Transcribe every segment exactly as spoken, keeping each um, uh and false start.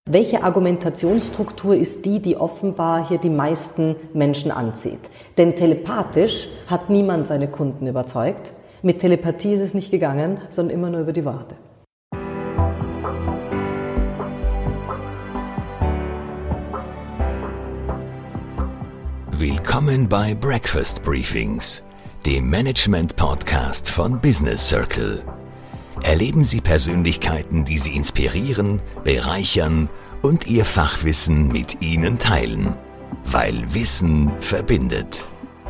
Welche Argumentationsstruktur ist die, die offenbar hier die meisten Menschen anzieht? Denn telepathisch hat niemand seine Kunden überzeugt. Mit Telepathie ist es nicht gegangen, sondern immer nur über die Worte. Willkommen bei Breakfast Briefings, dem Management-Podcast von Business Circle. Erleben Sie Persönlichkeiten, die Sie inspirieren, bereichern und Ihr Fachwissen mit Ihnen teilen, weil Wissen verbindet.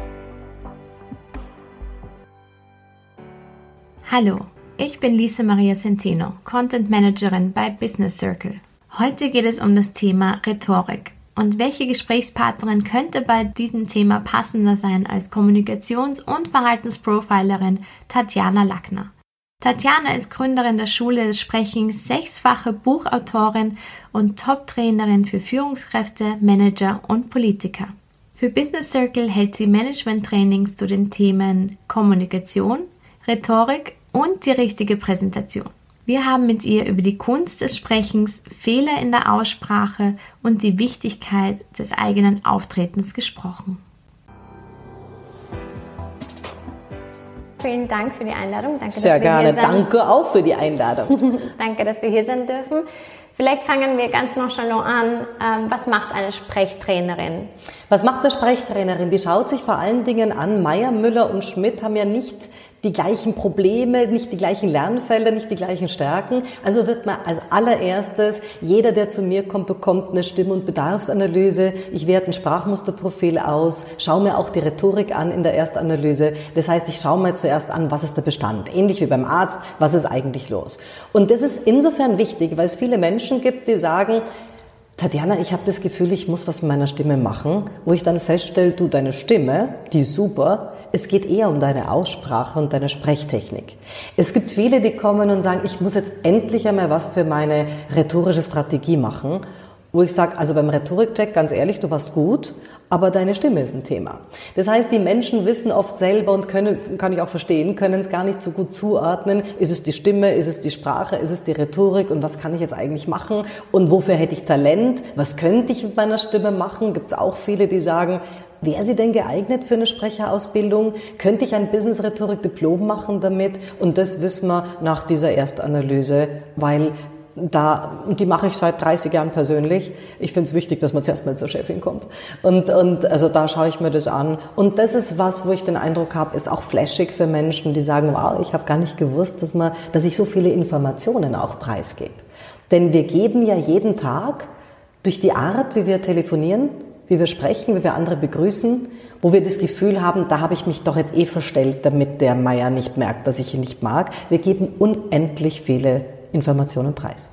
Hallo, ich bin Lisa Maria Centeno, Content Managerin bei Business Circle. Heute geht es um das Thema Rhetorik. Und welche Gesprächspartnerin könnte bei diesem Thema passender sein als Kommunikations- und Verhaltensprofilerin Tatjana Lackner? Tatjana ist Gründerin der Schule des Sprechens, sechsfache Buchautorin und Top-Trainerin für Führungskräfte, Manager und Politiker. Für Business Circle hält sie Management-Trainings zu den Themen Kommunikation, Rhetorik und die richtige Präsentation. Wir haben mit ihr über die Kunst des Sprechens, Fehler in der Aussprache und die Wichtigkeit des eigenen Auftretens gesprochen. Vielen Dank für die Einladung. Danke, Sehr dass wir gerne. Hier sind. Danke auch für die Einladung. Danke, dass wir hier sein dürfen. Vielleicht fangen wir ganz nonchalant an. Ähm, was macht eine Sprechtrainerin? Was macht eine Sprechtrainerin? Die schaut sich vor allen Dingen an. Meier, Müller und Schmidt haben ja nicht die gleichen Probleme, nicht die gleichen Lernfelder, nicht die gleichen Stärken. Also wird man als allererstes, jeder, der zu mir kommt, bekommt eine Stimm- und Bedarfsanalyse. Ich werte ein Sprachmusterprofil aus, schaue mir auch die Rhetorik an in der Erstanalyse. Das heißt, ich schaue mir zuerst an, was ist der Bestand? Ähnlich wie beim Arzt, was ist eigentlich los? Und das ist insofern wichtig, weil es viele Menschen gibt, die sagen, Tatjana, ich habe das Gefühl, ich muss was mit meiner Stimme machen, wo ich dann feststelle, du, deine Stimme, die ist super, es geht eher um deine Aussprache und deine Sprechtechnik. Es gibt viele, die kommen und sagen, ich muss jetzt endlich einmal was für meine rhetorische Strategie machen, wo ich sage, also beim Rhetorikcheck, ganz ehrlich, du warst gut, aber deine Stimme ist ein Thema. Das heißt, die Menschen wissen oft selber und können, kann ich auch verstehen, können es gar nicht so gut zuordnen. Ist es die Stimme, ist es die Sprache, ist es die Rhetorik und was kann ich jetzt eigentlich machen und wofür hätte ich Talent? Was könnte ich mit meiner Stimme machen? Gibt es auch viele, die sagen, wäre sie denn geeignet für eine Sprecherausbildung? Könnte ich ein Business-Rhetorik-Diplom machen damit? Und das wissen wir nach dieser Erstanalyse, weil da, und die mache ich seit dreißig Jahren persönlich. Ich finde es wichtig, dass man zuerst mal zur Chefin kommt. Und, und also da schaue ich mir das an. Und das ist was, wo ich den Eindruck habe, ist auch flashig für Menschen, die sagen, wow, ich habe gar nicht gewusst, dass man, dass ich so viele Informationen auch preisgebe. Denn wir geben ja jeden Tag durch die Art, wie wir telefonieren, wie wir sprechen, wie wir andere begrüßen, wo wir das Gefühl haben, da habe ich mich doch jetzt eh verstellt, damit der Meier nicht merkt, dass ich ihn nicht mag. Wir geben unendlich viele Informationen preis.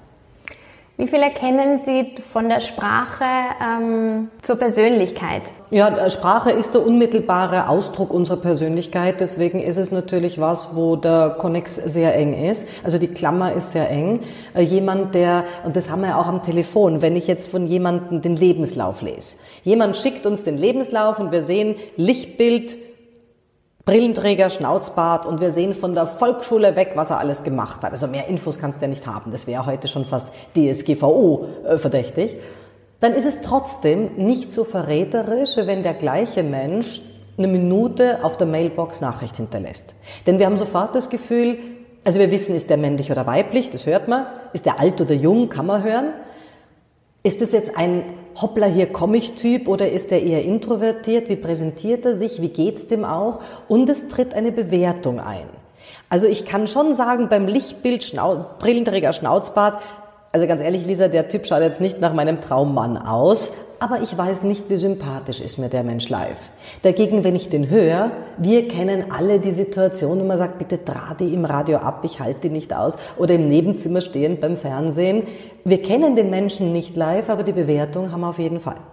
Wie viel erkennen Sie von der Sprache ähm, zur Persönlichkeit? Ja, Sprache ist der unmittelbare Ausdruck unserer Persönlichkeit. Deswegen ist es natürlich was, wo der Konnex sehr eng ist. Also die Klammer ist sehr eng. Jemand, der, und das haben wir ja auch am Telefon, wenn ich jetzt von jemandem den Lebenslauf lese. Jemand schickt uns den Lebenslauf und wir sehen Lichtbild, Brillenträger, Schnauzbart und wir sehen von der Volksschule weg, was er alles gemacht hat. Also mehr Infos kannst du ja nicht haben. Das wäre heute schon fast D S G V O äh, verdächtig. Dann ist es trotzdem nicht so verräterisch, wie wenn der gleiche Mensch eine Minute auf der Mailbox Nachricht hinterlässt. Denn wir haben sofort das Gefühl, also wir wissen, ist der männlich oder weiblich, das hört man. Ist der alt oder jung, kann man hören. Ist das jetzt ein Hoppla, hier komme ich Typ oder ist er eher introvertiert? Wie präsentiert er sich? Wie geht's dem auch? Und es tritt eine Bewertung ein. Also ich kann schon sagen, beim Lichtbild, Schnau- Brillenträger, Schnauzbart, also ganz ehrlich, Lisa, der Typ schaut jetzt nicht nach meinem Traummann aus, aber ich weiß nicht, wie sympathisch ist mir der Mensch live. Dagegen, wenn ich den höre, wir kennen alle die Situation, wo man sagt, bitte dreh die im Radio ab, ich halte die nicht aus, oder im Nebenzimmer stehend beim Fernsehen. Wir kennen den Menschen nicht live, aber die Bewertung haben wir auf jeden Fall.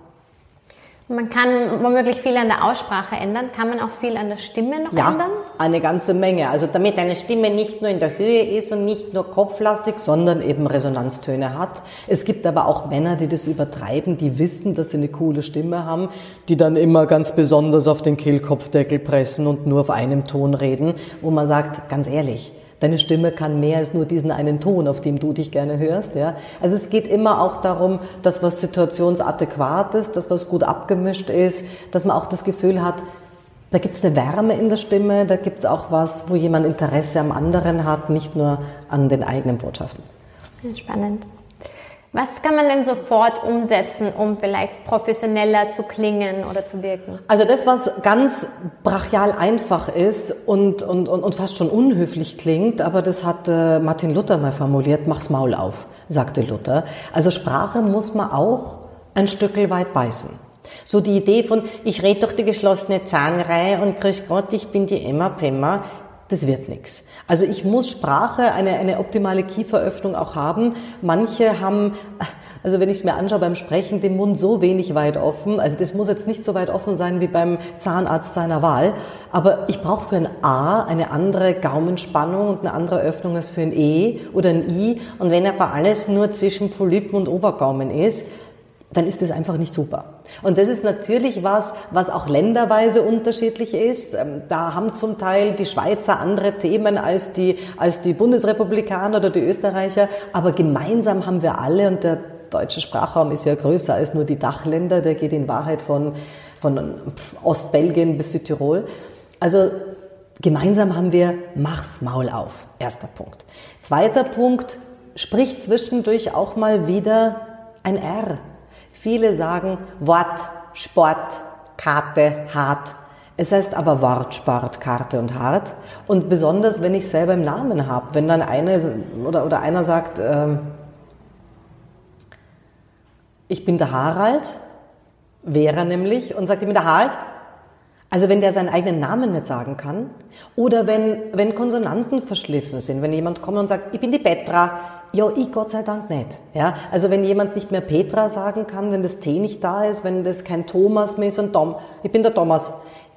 Man kann womöglich viel an der Aussprache ändern. Kann man auch viel an der Stimme noch ja, ändern? Ja, eine ganze Menge. Also damit eine Stimme nicht nur in der Höhe ist und nicht nur kopflastig, sondern eben Resonanztöne hat. Es gibt aber auch Männer, die das übertreiben, die wissen, dass sie eine coole Stimme haben, die dann immer ganz besonders auf den Kehlkopfdeckel pressen und nur auf einem Ton reden, wo man sagt, ganz ehrlich, Deine Stimme kann mehr als nur diesen einen Ton, auf dem du dich gerne hörst. Ja? Also es geht immer auch darum, dass was situationsadäquat ist, dass was gut abgemischt ist, dass man auch das Gefühl hat, da gibt es eine Wärme in der Stimme, da gibt es auch was, wo jemand Interesse am anderen hat, nicht nur an den eigenen Botschaften. Spannend. Was kann man denn sofort umsetzen, um vielleicht professioneller zu klingen oder zu wirken? Also das, was ganz brachial einfach ist und, und, und, und fast schon unhöflich klingt, aber das hat äh, Martin Luther mal formuliert, mach's Maul auf, sagte Luther. Also Sprache muss man auch ein Stückel weit beißen. So die Idee von, ich rede durch die geschlossene Zahnreihe und grüß Gott, ich bin die Emma Pemma, das wird nichts. Also ich muss Sprache, eine, eine optimale Kieferöffnung auch haben. Manche haben, also wenn ich es mir anschaue beim Sprechen, den Mund so wenig weit offen. Also das muss jetzt nicht so weit offen sein wie beim Zahnarzt seiner Wahl. Aber ich brauche für ein A eine andere Gaumenspannung und eine andere Öffnung als für ein E oder ein I. Und wenn aber alles nur zwischen Polypen und Obergaumen ist, dann ist das einfach nicht super. Und das ist natürlich was, was auch länderweise unterschiedlich ist. Da haben zum Teil die Schweizer andere Themen als die, als die Bundesrepublikaner oder die Österreicher. Aber gemeinsam haben wir alle, und der deutsche Sprachraum ist ja größer als nur die Dachländer, der geht in Wahrheit von, von Ostbelgien bis Südtirol. Also gemeinsam haben wir, mach's Maul auf. Erster Punkt. Zweiter Punkt, sprich zwischendurch auch mal wieder ein R. Viele sagen Wort, Sport, Karte, hart. Es heißt aber Wort, Sport, Karte und hart. Und besonders, wenn ich selber im Namen habe. Wenn dann eine oder, oder einer sagt, ähm, ich bin der Harald, wäre er nämlich, und sagt, ich bin der Harald. Also wenn der seinen eigenen Namen nicht sagen kann. Oder wenn, wenn Konsonanten verschliffen sind. Wenn jemand kommt und sagt, ich bin die Petra. Ja, ich Gott sei Dank nicht. Ja, also wenn jemand nicht mehr Petra sagen kann, wenn das T nicht da ist, wenn das kein Thomas mehr ist und Tom, ich bin der Thomas.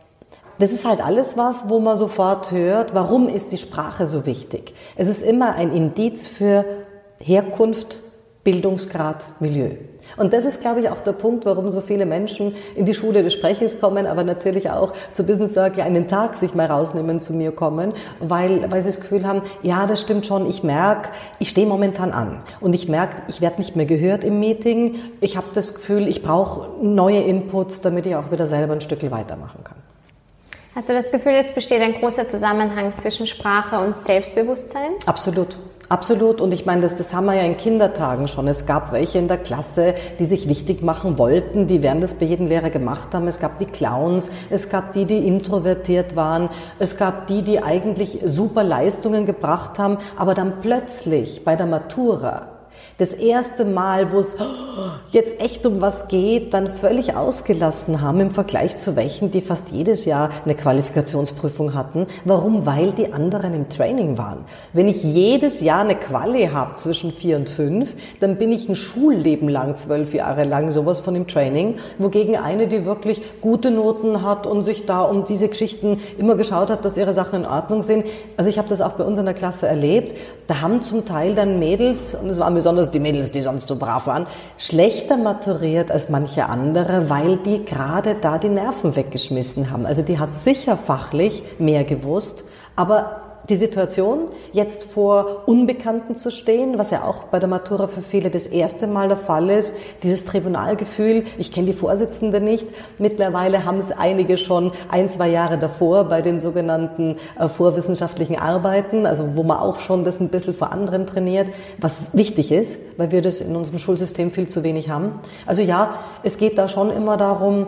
Das ist halt alles was, wo man sofort hört, warum ist die Sprache so wichtig? Es ist immer ein Indiz für Herkunft, Bildungsgrad, Milieu. Und das ist, glaube ich, auch der Punkt, warum so viele Menschen in die Schule des Sprechens kommen, aber natürlich auch zu Business Circle einen Tag sich mal rausnehmen, zu mir kommen, weil, weil sie das Gefühl haben, ja, das stimmt schon, ich merke, ich stehe momentan an und ich merke, ich werde nicht mehr gehört im Meeting. Ich habe das Gefühl, ich brauche neue Inputs, damit ich auch wieder selber ein Stückchen weitermachen kann. Hast du das Gefühl, jetzt besteht ein großer Zusammenhang zwischen Sprache und Selbstbewusstsein? Absolut. Absolut. Und ich meine, das, das haben wir ja in Kindertagen schon. Es gab welche in der Klasse, die sich wichtig machen wollten, die werden das bei jedem Lehrer gemacht haben. Es gab die Clowns, es gab die, die introvertiert waren, es gab die, die eigentlich super Leistungen gebracht haben, aber dann plötzlich bei der Matura, das erste Mal, wo es jetzt echt um was geht, dann völlig ausgelassen haben im Vergleich zu welchen, die fast jedes Jahr eine Qualifikationsprüfung hatten. Warum? Weil die anderen im Training waren. Wenn ich jedes Jahr eine Quali habe zwischen vier und fünf, dann bin ich ein Schulleben lang, zwölf Jahre lang, sowas von im Training. Wogegen eine, die wirklich gute Noten hat und sich da um diese Geschichten immer geschaut hat, dass ihre Sachen in Ordnung sind. Also ich habe das auch bei uns in der Klasse erlebt. Da haben zum Teil dann Mädels, und es waren besonders die Mädels, die sonst so brav waren, schlechter maturiert als manche andere, weil die gerade da die Nerven weggeschmissen haben. Also die hat sicher fachlich mehr gewusst, aber die Situation, jetzt vor Unbekannten zu stehen, was ja auch bei der Matura für viele das erste Mal der Fall ist, dieses Tribunalgefühl, ich kenne die Vorsitzende nicht, mittlerweile haben es einige schon ein, zwei Jahre davor bei den sogenannten äh, vorwissenschaftlichen Arbeiten, also wo man auch schon das ein bisschen vor anderen trainiert, was wichtig ist, weil wir das in unserem Schulsystem viel zu wenig haben. Also ja, es geht da schon immer darum,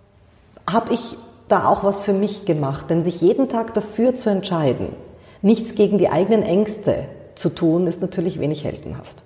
habe ich da auch was für mich gemacht, denn sich jeden Tag dafür zu entscheiden, nichts gegen die eigenen Ängste zu tun, ist natürlich wenig heldenhaft.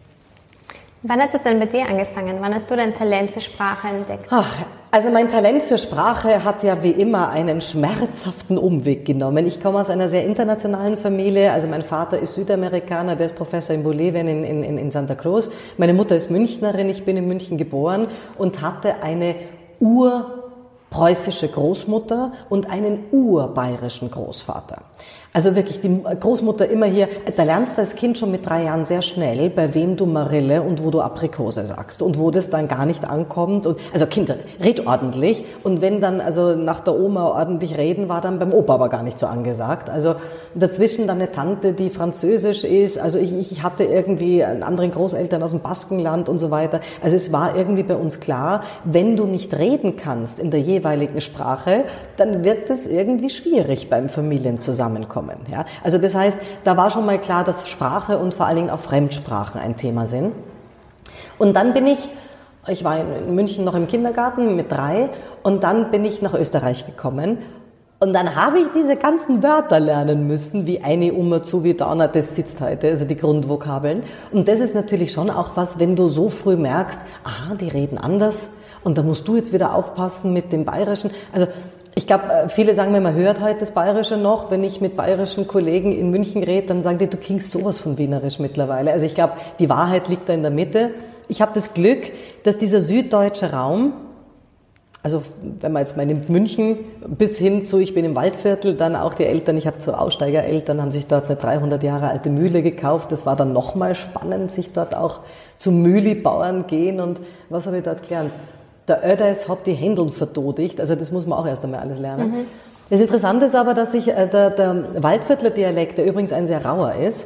Wann hat es denn bei dir angefangen? Wann hast du dein Talent für Sprache entdeckt? Ach, also mein Talent für Sprache hat ja wie immer einen schmerzhaften Umweg genommen. Ich komme aus einer sehr internationalen Familie. Also mein Vater ist Südamerikaner, der ist Professor in Bolivien in, in, in Santa Cruz. Meine Mutter ist Münchnerin, ich bin in München geboren und hatte eine Ur- preußische Großmutter und einen urbayerischen Großvater. Also wirklich, die Großmutter immer hier, da lernst du als Kind schon mit drei Jahren sehr schnell, bei wem du Marille und wo du Aprikose sagst und wo das dann gar nicht ankommt. Und, also Kinder, red ordentlich. Und wenn dann also nach der Oma ordentlich reden, war dann beim Opa aber gar nicht so angesagt. Also dazwischen dann eine Tante, die französisch ist. Also ich, ich hatte irgendwie einen anderen Großeltern aus dem Baskenland und so weiter. Also es war irgendwie bei uns klar, wenn du nicht reden kannst in der jeweiligen Sprache, dann wird es irgendwie schwierig beim Familienzusammenkommen. Ja, also das heißt, da war schon mal klar, dass Sprache und vor allen Dingen auch Fremdsprachen ein Thema sind. Und dann bin ich, ich war in München noch im Kindergarten mit drei und dann bin ich nach Österreich gekommen und dann habe ich diese ganzen Wörter lernen müssen, wie eine Umme zu, wie Donner, das sitzt heute, also die Grundvokabeln. Und das ist natürlich schon auch was, wenn du so früh merkst, aha, die reden anders und da musst du jetzt wieder aufpassen mit dem Bayerischen. Also ich glaube, viele sagen mir, man hört heute das Bayerische noch. Wenn ich mit bayerischen Kollegen in München rede, dann sagen die, du klingst sowas von wienerisch mittlerweile. Also ich glaube, die Wahrheit liegt da in der Mitte. Ich habe das Glück, dass dieser süddeutsche Raum, also wenn man jetzt mal nimmt München bis hin zu, ich bin im Waldviertel, dann auch die Eltern, ich habe so Aussteigereltern, haben sich dort eine dreihundert Jahre alte Mühle gekauft. Das war dann nochmal spannend, sich dort auch zum Mühlibauern gehen. Und was habe ich dort gelernt? Der Öders hat die Händeln verdodigt, also das muss man auch erst einmal alles lernen. Mhm. Das Interessante ist aber, dass sich äh, der, der Waldviertler Dialekt, der übrigens ein sehr rauer ist,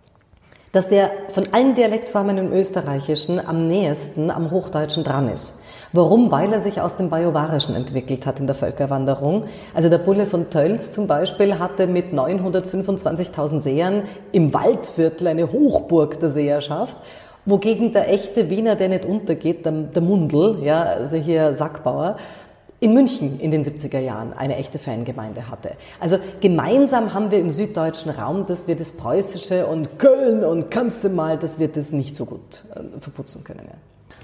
dass der von allen Dialektformen im Österreichischen am nähesten am Hochdeutschen dran ist. Warum? Weil er sich aus dem Bajuwarischen entwickelt hat in der Völkerwanderung. Also der Bulle von Tölz zum Beispiel hatte mit neunhundertfünfundzwanzigtausend Sehern im Waldviertel eine Hochburg der Seherschaft, wogegen der echte Wiener, der nicht untergeht, der, der Mundl, ja, also hier Sackbauer, in München in den siebziger Jahren eine echte Fangemeinde hatte. Also gemeinsam haben wir im süddeutschen Raum, dass wir das Preußische und Köln und kannst du mal, dass wir das nicht so gut äh, verputzen können. Ja.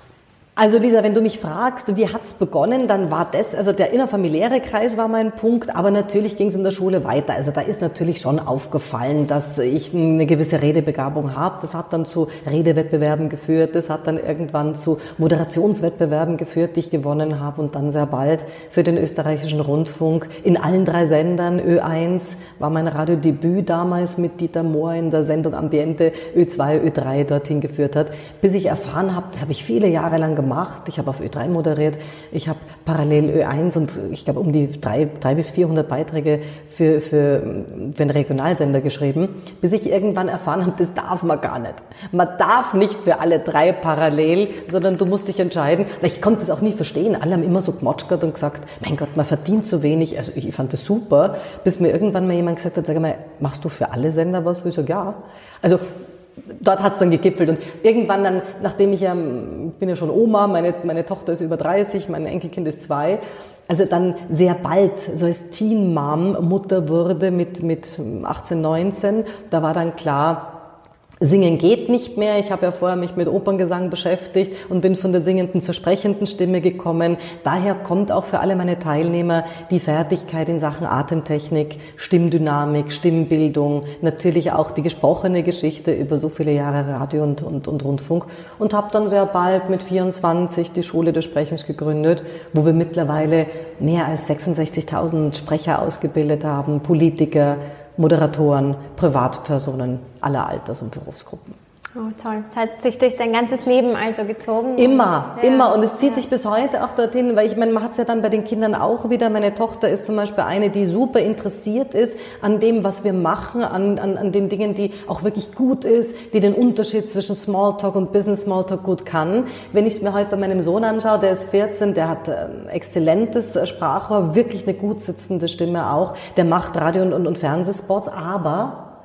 Also Lisa, wenn du mich fragst, wie hat's begonnen, dann war das, also der innerfamiliäre Kreis war mein Punkt, aber natürlich ging es in der Schule weiter. Also da ist natürlich schon aufgefallen, dass ich eine gewisse Redebegabung habe. Das hat dann zu Redewettbewerben geführt, das hat dann irgendwann zu Moderationswettbewerben geführt, die ich gewonnen habe und dann sehr bald für den österreichischen Rundfunk in allen drei Sendern. Ö eins war mein Radiodebüt damals mit Dieter Mohr in der Sendung Ambiente, Ö zwei, Ö drei dorthin geführt hat, bis ich erfahren habe, das habe ich viele Jahre lang gemacht. gemacht. Ich habe auf Ö drei moderiert, ich habe parallel Ö eins und ich glaube um die drei, drei bis vierhundert Beiträge für, für, für einen Regionalsender geschrieben, bis ich irgendwann erfahren habe, das darf man gar nicht. Man darf nicht für alle drei parallel, sondern du musst dich entscheiden. Weil ich konnte das auch nie verstehen. Alle haben immer so gemotschert und gesagt, mein Gott, man verdient zu wenig. Also ich fand das super, bis mir irgendwann mal jemand gesagt hat, sag mal, machst du für alle Sender was? Wo ich sage, ja. Also dort hat es dann gegipfelt und irgendwann dann, nachdem ich ja, bin ja schon Oma, meine, meine Tochter ist über dreißig, mein Enkelkind ist zwei, also dann sehr bald so als Teen-Mom Mutter wurde mit, mit achtzehn, neunzehn, da war dann klar, Singen geht nicht mehr. Ich habe ja vorher mich mit Operngesang beschäftigt und bin von der singenden zur sprechenden Stimme gekommen. Daher kommt auch für alle meine Teilnehmer die Fertigkeit in Sachen Atemtechnik, Stimmdynamik, Stimmbildung, natürlich auch die gesprochene Geschichte über so viele Jahre Radio und, und, und Rundfunk und habe dann sehr bald mit vierundzwanzig die Schule des Sprechens gegründet, wo wir mittlerweile mehr als sechsundsechzigtausend Sprecher ausgebildet haben, Politiker, Moderatoren, Privatpersonen aller Alters- und Berufsgruppen. Oh, toll. Das hat sich durch dein ganzes Leben also gezogen. Immer, ja. immer. Und es zieht ja. sich bis heute auch dorthin, weil ich meine, man hat es ja dann bei den Kindern auch wieder. Meine Tochter ist zum Beispiel eine, die super interessiert ist an dem, was wir machen, an, an, an den Dingen, die auch wirklich gut ist, die den Unterschied zwischen Smalltalk und Business Smalltalk gut kann. Wenn ich es mir heute bei meinem Sohn anschaue, der ist vierzehn, der hat ein exzellentes Sprachrohr, wirklich eine gut sitzende Stimme auch. Der macht Radio- und, und, und Fernsehspots, aber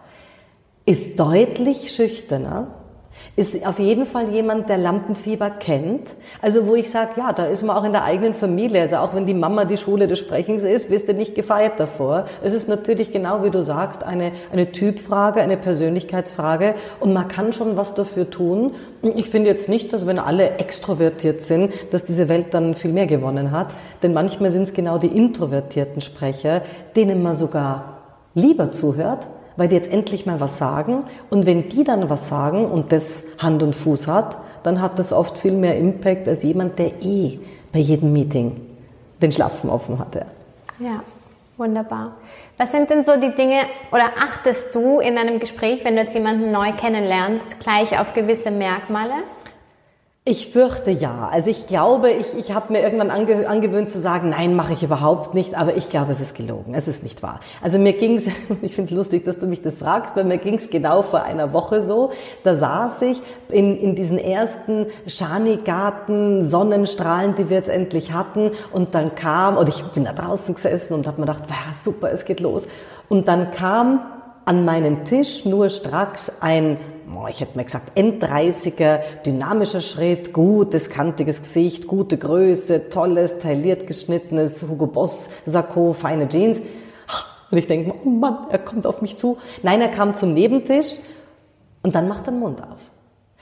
ist deutlich schüchterner. Ist auf jeden Fall jemand, der Lampenfieber kennt. Also wo ich sage, ja, da ist man auch in der eigenen Familie. Also auch wenn die Mama die Schule des Sprechens ist, wirst du nicht gefeiert davor. Es ist natürlich genau wie du sagst, eine, eine Typfrage, eine Persönlichkeitsfrage und man kann schon was dafür tun. Ich finde jetzt nicht, dass wenn alle extrovertiert sind, dass diese Welt dann viel mehr gewonnen hat. Denn manchmal sind es genau die introvertierten Sprecher, denen man sogar lieber zuhört, weil die jetzt endlich mal was sagen. Und wenn die dann was sagen und das Hand und Fuß hat, dann hat das oft viel mehr Impact als jemand, der eh bei jedem Meeting den Schlapfen offen hatte. Ja. Wunderbar. Was sind denn so die Dinge, oder achtest du in einem Gespräch, wenn du jetzt jemanden neu kennenlernst, gleich auf gewisse Merkmale? Ich fürchte ja. Also ich glaube, ich, ich habe mir irgendwann ange, angewöhnt zu sagen, nein, mache ich überhaupt nicht, aber ich glaube, es ist gelogen, es ist nicht wahr. Also mir ging's, ich finde es lustig, dass du mich das fragst, weil mir ging's genau vor einer Woche so, da saß ich in, in diesen ersten Schanigarten, Sonnenstrahlen, die wir jetzt endlich hatten, und dann kam, und ich bin da draußen gesessen und habe mir gedacht, wow, super, es geht los. Und dann kam an meinen Tisch nur stracks ein, ich hätte mal gesagt, enddreißiger, dynamischer Schritt, gutes, kantiges Gesicht, gute Größe, tolles, tailliert geschnittenes Hugo Boss Sakko, feine Jeans. Und ich denke, oh Mann, er kommt auf mich zu. Nein, er kam zum Nebentisch und dann macht er den Mund auf.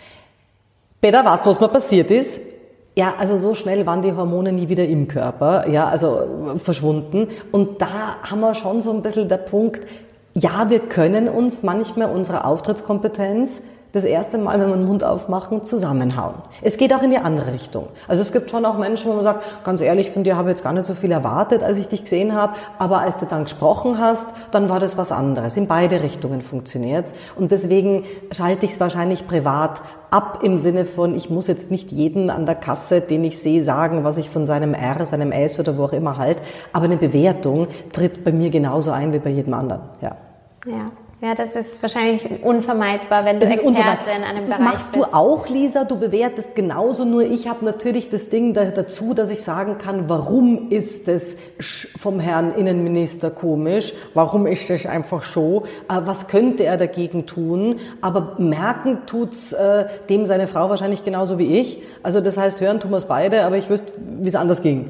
Peter, weißt du, was mir passiert ist? Ja, also so schnell waren die Hormone nie wieder im Körper, ja, also verschwunden. Und da haben wir schon so ein bisschen der Punkt, ja, wir können uns manchmal unsere Auftrittskompetenz das erste Mal, wenn wir den Mund aufmachen, zusammenhauen. Es geht auch in die andere Richtung. Also es gibt schon auch Menschen, wo man sagt, ganz ehrlich, von dir habe ich jetzt gar nicht so viel erwartet, als ich dich gesehen habe, aber als du dann gesprochen hast, dann war das was anderes. In beide Richtungen funktioniert's. Und deswegen schalte ich es wahrscheinlich privat ab im Sinne von, ich muss jetzt nicht jeden an der Kasse, den ich sehe, sagen, was ich von seinem R, seinem S oder wo auch immer halt. Aber eine Bewertung tritt bei mir genauso ein wie bei jedem anderen. Ja. Ja. Ja, das ist wahrscheinlich unvermeidbar, wenn du Experte in einem Bereich Machst bist. Machst du auch, Lisa? Du bewertest genauso, nur ich habe natürlich das Ding da, dazu, dass ich sagen kann, warum ist es vom Herrn Innenminister komisch? Warum ist das einfach so? Was könnte er dagegen tun? Aber merken tut's äh, dem seine Frau wahrscheinlich genauso wie ich. Also das heißt, hören tun wir es beide, aber ich wüsste, wie es anders ging.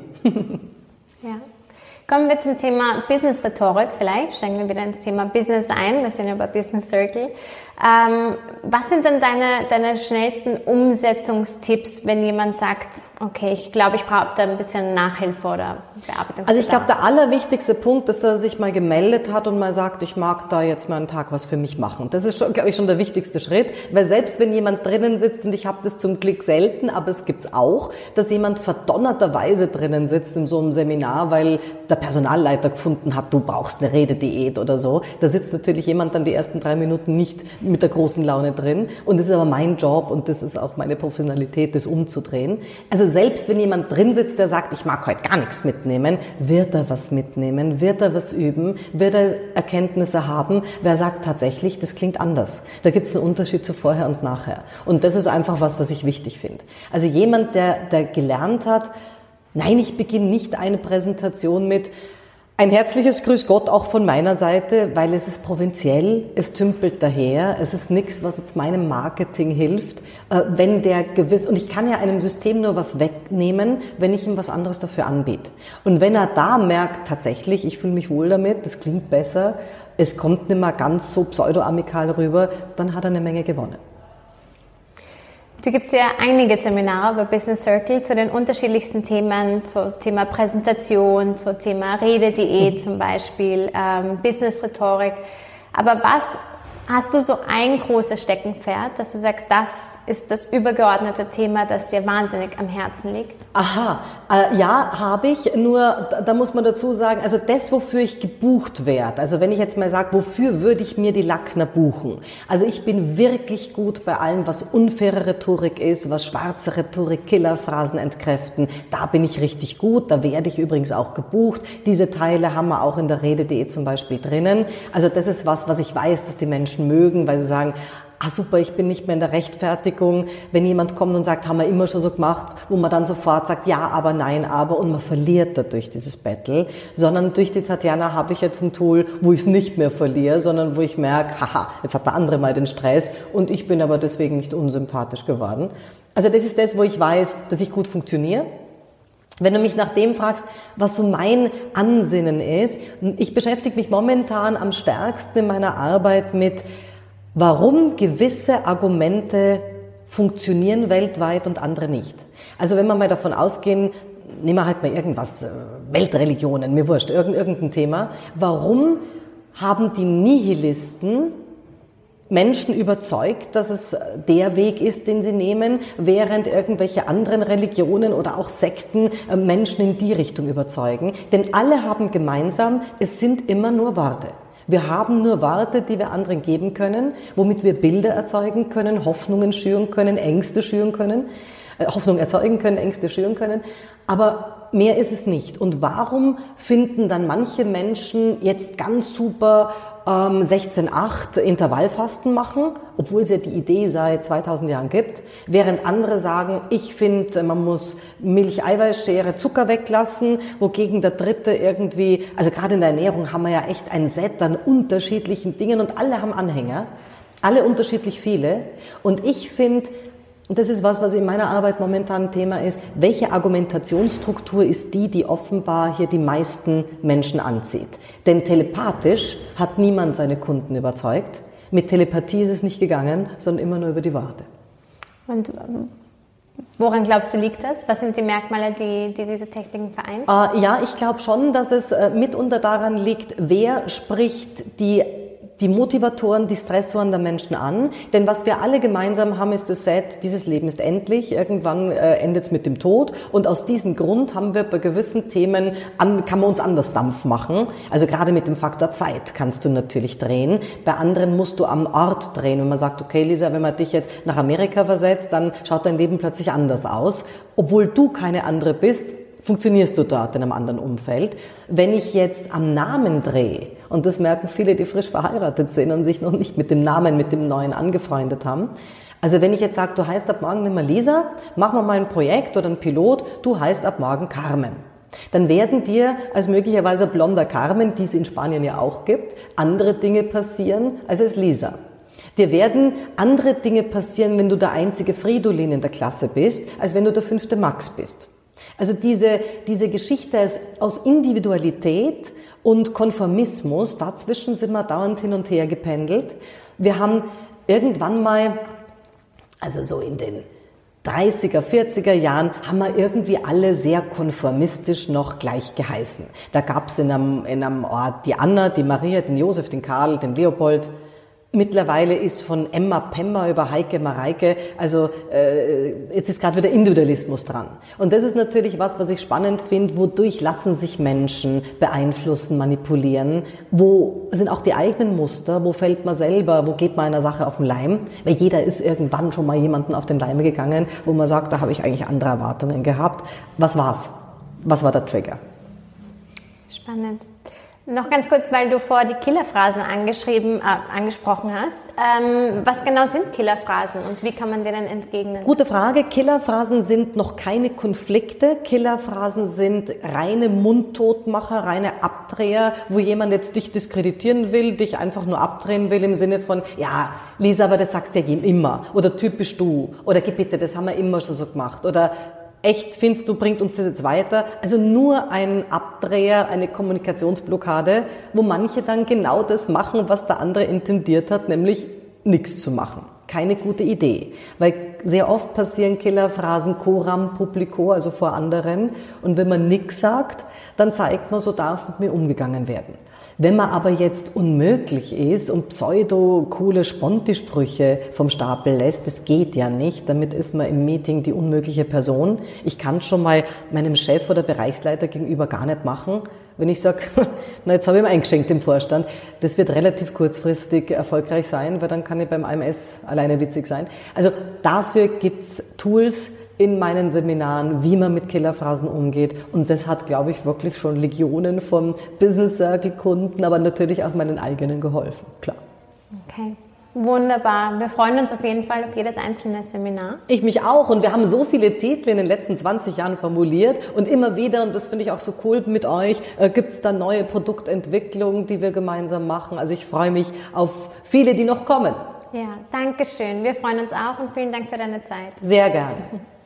Ja. Kommen wir zum Thema Business-Rhetorik vielleicht. Steigen wir wieder ins Thema Business ein. Wir sind ja bei Business Circle. Ähm, was sind denn deine, deine schnellsten Umsetzungstipps, wenn jemand sagt, okay, ich glaube, ich brauche da ein bisschen Nachhilfe oder Bearbeitungsbedarf? Also ich glaube, der allerwichtigste Punkt ist, dass er sich mal gemeldet hat und mal sagt, ich mag da jetzt mal einen Tag was für mich machen. Das ist, schon, glaube ich, schon der wichtigste Schritt, weil selbst wenn jemand drinnen sitzt, und ich habe das zum Glück selten, aber es gibt's auch, dass jemand verdonnerterweise drinnen sitzt in so einem Seminar, weil der Personalleiter gefunden hat, du brauchst eine Redediät oder so. Da sitzt natürlich jemand dann die ersten drei Minuten nicht mit der großen Laune drin. Und das ist aber mein Job und das ist auch meine Professionalität, das umzudrehen. Also selbst wenn jemand drin sitzt, der sagt, ich mag heute gar nichts mitnehmen, wird er was mitnehmen, wird er was üben, wird er Erkenntnisse haben. Wer sagt tatsächlich, das klingt anders. Da gibt es einen Unterschied zu vorher und nachher. Und das ist einfach was, was ich wichtig finde. Also jemand, der, der gelernt hat, nein, ich beginne nicht eine Präsentation mit ein herzliches Grüß Gott auch von meiner Seite, weil es ist provinziell, es tümpelt daher, es ist nichts, was jetzt meinem Marketing hilft, wenn der gewiss, und ich kann ja einem System nur was wegnehmen, wenn ich ihm was anderes dafür anbiete. Und wenn er da merkt, tatsächlich, ich fühle mich wohl damit, das klingt besser, es kommt nicht mehr ganz so pseudo-amikal rüber, dann hat er eine Menge gewonnen. Du gibst ja einige Seminare bei Business Circle zu den unterschiedlichsten Themen, zum Thema Präsentation, zum Thema Redediät mhm. zum Beispiel, ähm, Business-Rhetorik. Aber was hast du so ein großes Steckenpferd, dass du sagst, das ist das übergeordnete Thema, das dir wahnsinnig am Herzen liegt? Aha, äh, ja, habe ich, nur da, da muss man dazu sagen, also das, wofür ich gebucht werde, also wenn ich jetzt mal sage, wofür würde ich mir die Lackner buchen? Also ich bin wirklich gut bei allem, was unfaire Rhetorik ist, was schwarze Rhetorik, Killerphrasen entkräften, da bin ich richtig gut, da werde ich übrigens auch gebucht. Diese Teile haben wir auch in der Rede.de zum Beispiel drinnen. Also das ist was, was ich weiß, dass die Menschen mögen, weil sie sagen, ah super, ich bin nicht mehr in der Rechtfertigung. Wenn jemand kommt und sagt, haben wir immer schon so gemacht, wo man dann sofort sagt, ja, aber, nein, aber, und man verliert dadurch dieses Battle, sondern durch die Tatjana habe ich jetzt ein Tool, wo ich es nicht mehr verliere, sondern wo ich merke, haha, jetzt hat der andere mal den Stress und ich bin aber deswegen nicht unsympathisch geworden. Also das ist das, wo ich weiß, dass ich gut funktioniere. Wenn du mich nach dem fragst, was so mein Ansinnen ist, ich beschäftige mich momentan am stärksten in meiner Arbeit mit, warum gewisse Argumente funktionieren weltweit und andere nicht. Also wenn wir mal davon ausgehen, nehmen wir halt mal irgendwas, Weltreligionen, mir wurscht, irgendein Thema, warum haben die Nihilisten Menschen überzeugt, dass es der Weg ist, den sie nehmen, während irgendwelche anderen Religionen oder auch Sekten Menschen in die Richtung überzeugen. Denn alle haben gemeinsam, es sind immer nur Worte. Wir haben nur Worte, die wir anderen geben können, womit wir Bilder erzeugen können, Hoffnungen schüren können, Ängste schüren können, äh, Hoffnung erzeugen können, Ängste schüren können. Aber mehr ist es nicht. Und warum finden dann manche Menschen jetzt ganz super sechzehn acht Intervallfasten machen, obwohl es ja die Idee seit zweitausend Jahren gibt, während andere sagen, ich finde, man muss Milch, Eiweißschere, Zucker weglassen, wogegen der Dritte irgendwie, also gerade in der Ernährung haben wir ja echt ein Set an unterschiedlichen Dingen und alle haben Anhänger, alle unterschiedlich viele. Und ich finde, und das ist was, was in meiner Arbeit momentan ein Thema ist, welche Argumentationsstruktur ist die, die offenbar hier die meisten Menschen anzieht? Denn telepathisch hat niemand seine Kunden überzeugt. Mit Telepathie ist es nicht gegangen, sondern immer nur über die Worte. Und woran glaubst du, liegt das? Was sind die Merkmale, die, die diese Techniken vereint? Äh, ja, ich glaube schon, dass es äh, mitunter daran liegt, wer spricht die die Motivatoren, die Stressoren der Menschen an. Denn was wir alle gemeinsam haben, ist das Set, dieses Leben ist endlich, irgendwann äh, endet es mit dem Tod. Und aus diesem Grund haben wir bei gewissen Themen, an, kann man uns anders Dampf machen. Also gerade mit dem Faktor Zeit kannst du natürlich drehen. Bei anderen musst du am Ort drehen. Wenn man sagt, okay Lisa, wenn man dich jetzt nach Amerika versetzt, dann schaut dein Leben plötzlich anders aus. Obwohl du keine andere bist, funktionierst du dort in einem anderen Umfeld. Wenn ich jetzt am Namen drehe, und das merken viele, die frisch verheiratet sind und sich noch nicht mit dem Namen, mit dem Neuen angefreundet haben. Also wenn ich jetzt sage, du heißt ab morgen nicht mehr Lisa, machen wir mal ein Projekt oder ein Pilot, du heißt ab morgen Carmen. Dann werden dir als möglicherweise blonder Carmen, die es in Spanien ja auch gibt, andere Dinge passieren als als Lisa. Dir werden andere Dinge passieren, wenn du der einzige Fridolin in der Klasse bist, als wenn du der fünfte Max bist. Also diese, diese Geschichte aus Individualität und Konformismus, dazwischen sind wir dauernd hin und her gependelt. Wir haben irgendwann mal, also so in den dreißiger, vierziger Jahren, haben wir irgendwie alle sehr konformistisch noch gleich geheißen. Da gab es in einem, in einem Ort die Anna, die Maria, den Josef, den Karl, den Leopold. Mittlerweile ist von Emma Pemmer über Heike Mareike, also äh, jetzt ist gerade wieder Individualismus dran. Und das ist natürlich was, was ich spannend finde, wodurch lassen sich Menschen beeinflussen, manipulieren, wo sind auch die eigenen Muster, wo fällt man selber, wo geht man einer Sache auf den Leim, weil jeder ist irgendwann schon mal jemanden auf den Leim gegangen, wo man sagt, da habe ich eigentlich andere Erwartungen gehabt. Was war's? Was war der Trigger? Spannend. Noch ganz kurz, weil du vor die Killerphrasen angeschrieben, äh, angesprochen hast. Ähm, was genau sind Killerphrasen und wie kann man denen entgegnen? Gute Frage. Killerphrasen sind noch keine Konflikte. Killerphrasen sind reine Mundtotmacher, reine Abdreher, wo jemand jetzt dich diskreditieren will, dich einfach nur abdrehen will im Sinne von, ja, Lisa, aber das sagst du ja immer. Oder typisch du. Oder geh bitte, das haben wir immer schon so gemacht. Oder echt findest du, bringt uns das jetzt weiter? Also nur ein Abdreher, eine Kommunikationsblockade, wo manche dann genau das machen, was der andere intendiert hat, nämlich nichts zu machen. Keine gute Idee. Weil sehr oft passieren Killerphrasen coram publico, also vor anderen. Und wenn man nichts sagt, dann zeigt man, so darf mit mir umgegangen werden. Wenn man aber jetzt unmöglich ist und pseudo-coole Sponti-Sprüche vom Stapel lässt, das geht ja nicht, damit ist man im Meeting die unmögliche Person. Ich kann schon mal meinem Chef oder Bereichsleiter gegenüber gar nicht machen, wenn ich sage, na jetzt habe ich ihm eingeschenkt im Vorstand. Das wird relativ kurzfristig erfolgreich sein, weil dann kann ich beim A M S alleine witzig sein. Also dafür gibt's Tools in meinen Seminaren, wie man mit Killerphrasen umgeht. Und das hat, glaube ich, wirklich schon Legionen von Business Circle Kunden, aber natürlich auch meinen eigenen geholfen, klar. Okay, wunderbar. Wir freuen uns auf jeden Fall auf jedes einzelne Seminar. Ich mich auch. Und wir haben so viele Titel in den letzten zwanzig Jahren formuliert. Und immer wieder, und das finde ich auch so cool mit euch, äh, gibt es da neue Produktentwicklungen, die wir gemeinsam machen. Also ich freue mich auf viele, die noch kommen. Ja, danke schön. Wir freuen uns auch und vielen Dank für deine Zeit. Sehr gerne.